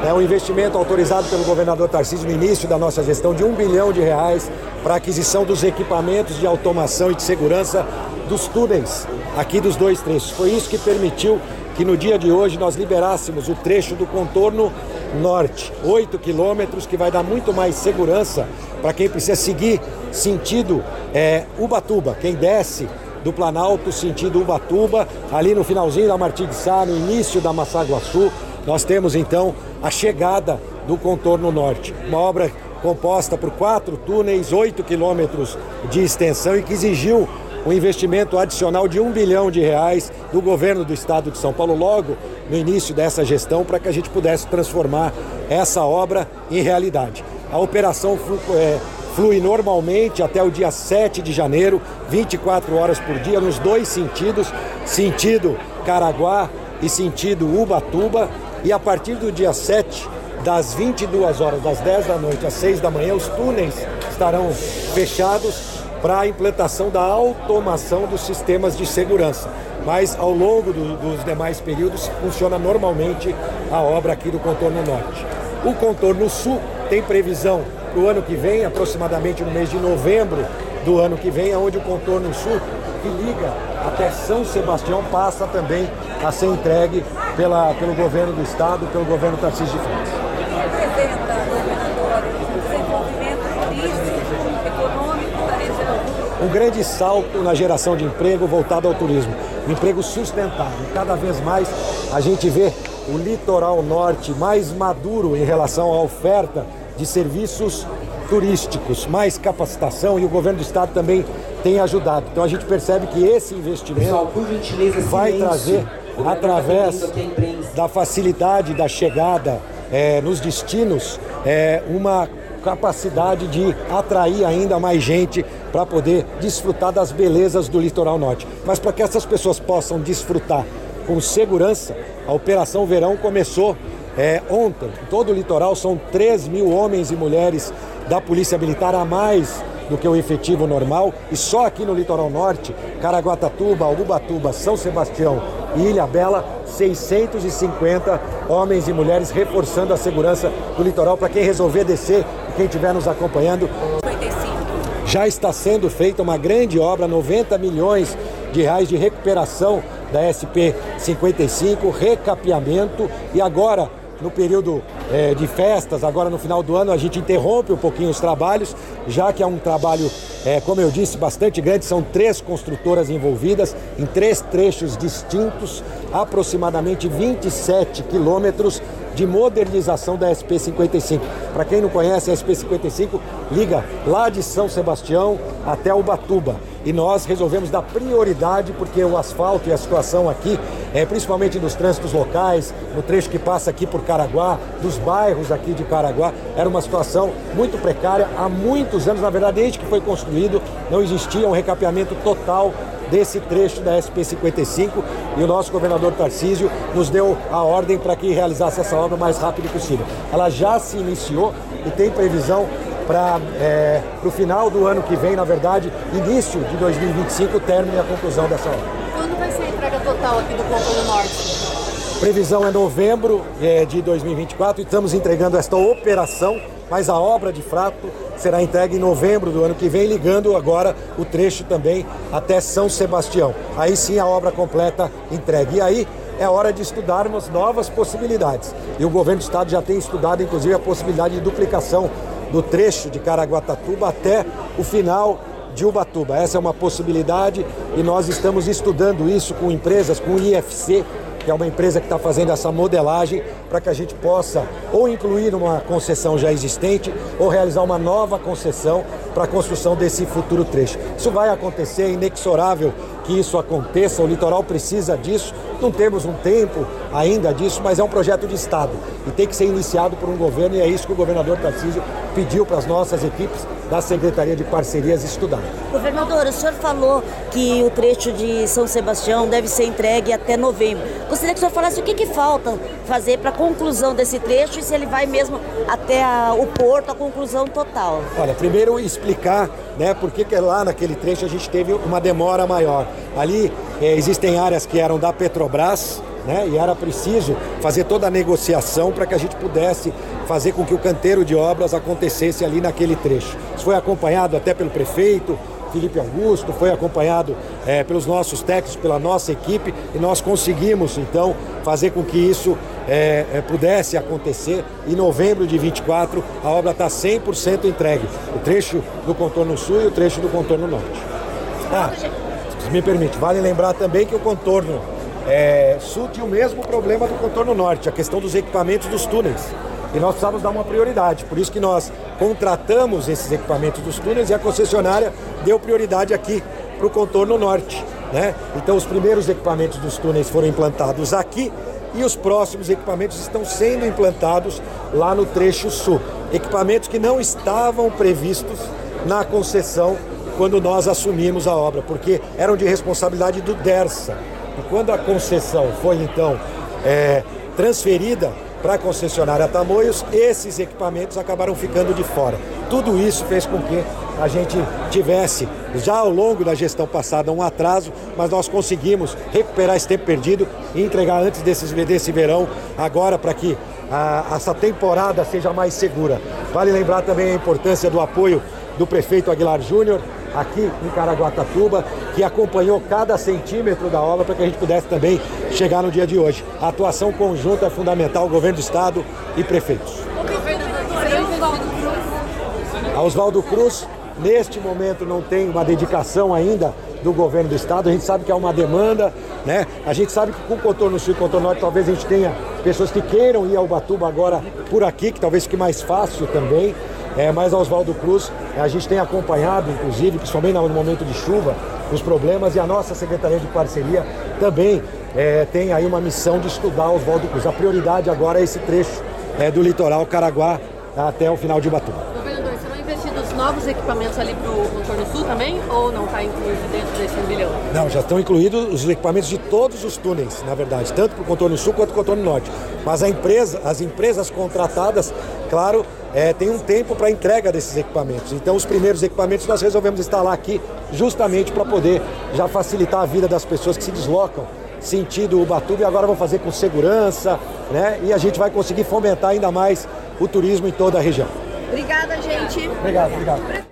O investimento autorizado pelo governador Tarcísio no início da nossa gestão de R$1 bilhão para a aquisição dos equipamentos de automação e de segurança dos túneis aqui dos dois trechos. Foi isso que permitiu que no dia de hoje nós liberássemos o trecho do contorno norte, 8 quilômetros, que vai dar muito mais segurança para quem precisa seguir sentido Ubatuba, quem desce do Planalto sentido Ubatuba, ali no finalzinho da Martins de Sá, no início da Massaguaçu, nós temos então a chegada do contorno norte, uma obra composta por 4 túneis, 8 quilômetros de extensão e que exigiu um investimento adicional de R$1 bilhão do governo do estado de São Paulo, logo no início dessa gestão, para que a gente pudesse transformar essa obra em realidade. A operação flui normalmente até o dia 7 de janeiro, 24 horas por dia, nos dois sentidos, sentido Caraguá e sentido Ubatuba, e a partir do dia 7, das 22 horas, das 10 da noite às 6 da manhã, os túneis estarão fechados para a implantação da automação dos sistemas de segurança. Mas ao longo dos demais períodos funciona normalmente a obra aqui do contorno norte. O contorno sul tem previsão para o ano que vem, aproximadamente no mês de novembro do ano que vem, onde o contorno sul, que liga até São Sebastião, passa também a ser entregue pelo governo do estado, pelo governo Tarcísio de Freitas. Representa, governador, o desenvolvimento turístico, econômico da região? Um grande salto na geração de emprego voltado ao turismo, emprego sustentável. Cada vez mais a gente vê o litoral norte mais maduro em relação à oferta de serviços turísticos, mais capacitação, e o governo do estado também tem ajudado. Então a gente percebe que esse investimento vai trazer, através da facilidade da chegada nos destinos, uma capacidade de atrair ainda mais gente para poder desfrutar das belezas do litoral norte. Mas para que essas pessoas possam desfrutar com segurança, a Operação Verão começou ontem. Em todo o litoral são 3 mil homens e mulheres da Polícia Militar, a mais do que o efetivo normal, e só aqui no litoral norte, Caraguatatuba, Ubatuba, São Sebastião e Ilhabela, 650 homens e mulheres reforçando a segurança do litoral para quem resolver descer e quem estiver nos acompanhando. Já está sendo feita uma grande obra, R$90 milhões de recuperação da SP-55, recapeamento, e agora, no período de festas, agora no final do ano, a gente interrompe um pouquinho os trabalhos, já que é um trabalho, como eu disse, bastante grande. São 3 construtoras envolvidas em 3 trechos distintos, aproximadamente 27 quilômetros de modernização da SP-55. Para quem não conhece, a SP-55 liga lá de São Sebastião até Ubatuba. E nós resolvemos dar prioridade, porque o asfalto e a situação aqui, principalmente nos trânsitos locais, no trecho que passa aqui por Caraguá, dos bairros aqui de Caraguá, era uma situação muito precária. Há muitos anos, na verdade, desde que foi construído, não existia um recapeamento total desse trecho da SP-55, e o nosso governador Tarcísio nos deu a ordem para que realizasse essa obra o mais rápido possível. Ela já se iniciou e tem previsão para o final do ano que vem, na verdade, início de 2025, o término e a conclusão dessa obra. Quando vai ser a entrega total aqui do contorno norte? Previsão é novembro de 2024, e estamos entregando esta operação, mas a obra de fato será entregue em novembro do ano que vem, ligando agora o trecho também até São Sebastião. Aí sim a obra completa entregue. E aí é hora de estudarmos novas possibilidades. E o governo do estado já tem estudado, inclusive, a possibilidade de duplicação do trecho de Caraguatatuba até o final de Ubatuba. Essa é uma possibilidade e nós estamos estudando isso com empresas, com o IFC, que é uma empresa que está fazendo essa modelagem para que a gente possa ou incluir uma concessão já existente ou realizar uma nova concessão para a construção desse futuro trecho. Isso vai acontecer, é inexorável que isso aconteça, o litoral precisa disso, não temos um tempo ainda disso, mas é um projeto de Estado e tem que ser iniciado por um governo, e é isso que o governador Tarcísio pediu para as nossas equipes da Secretaria de Parcerias estudar. Governador, o senhor falou que o trecho de São Sebastião deve ser entregue até novembro. Gostaria que o senhor falasse o que falta fazer para a conclusão desse trecho e se ele vai mesmo até o porto, a conclusão total. Olha, primeiro explicar, por que lá naquele trecho a gente teve uma demora maior. Ali existem áreas que eram da Petrobras, né? E era preciso fazer toda a negociação para que a gente pudesse fazer com que o canteiro de obras acontecesse ali naquele trecho. Isso foi acompanhado até pelo prefeito Felipe Augusto, foi acompanhado pelos nossos técnicos, pela nossa equipe, e nós conseguimos então fazer com que isso pudesse acontecer. Em novembro de 24 a obra está 100% entregue, o trecho do contorno sul e o trecho do contorno norte. Se me permite, vale lembrar também que o contorno sul tinha o mesmo problema do contorno norte, a questão dos equipamentos dos túneis. E nós precisamos dar uma prioridade, por isso que nós contratamos esses equipamentos dos túneis e a concessionária deu prioridade aqui para o contorno norte, né? Então os primeiros equipamentos dos túneis foram implantados aqui e os próximos equipamentos estão sendo implantados lá no trecho sul. Equipamentos que não estavam previstos na concessão quando nós assumimos a obra, porque eram de responsabilidade do DERSA. E quando a concessão foi então transferida para a concessionária Tamoios, esses equipamentos acabaram ficando de fora. Tudo isso fez com que a gente tivesse, já ao longo da gestão passada, um atraso, mas nós conseguimos recuperar esse tempo perdido e entregar antes desse verão, agora, para que essa temporada seja mais segura. Vale lembrar também a importância do apoio do prefeito Aguilar Júnior, aqui em Caraguatatuba, que acompanhou cada centímetro da obra para que a gente pudesse também chegar no dia de hoje. A atuação conjunta é fundamental, governo do estado e prefeitos. A Oswaldo Cruz, neste momento, não tem uma dedicação ainda do governo do estado, a gente sabe que é uma demanda, né? A gente sabe que com o contorno sul e contorno norte talvez a gente tenha pessoas que queiram ir a Ubatuba agora por aqui, que talvez fique mais fácil também. Mas a Oswaldo Cruz, a gente tem acompanhado, inclusive, principalmente no momento de chuva, os problemas, e a nossa Secretaria de Parceria também tem aí uma missão de estudar a Oswaldo Cruz. A prioridade agora é esse trecho do litoral Caraguá até o final de Ubatuba. Governador, serão investidos novos equipamentos ali para o contorno sul também, ou não está incluído dentro desse 1 bilhão? Não, já estão incluídos os equipamentos de todos os túneis, na verdade, tanto para o contorno sul quanto para o contorno norte. Mas as empresas contratadas, claro, tem um tempo para a entrega desses equipamentos. Então os primeiros equipamentos nós resolvemos instalar aqui justamente para poder já facilitar a vida das pessoas que se deslocam sentido Ubatuba, e agora vão fazer com segurança, né? E a gente vai conseguir fomentar ainda mais o turismo em toda a região. Obrigada, gente. Obrigado.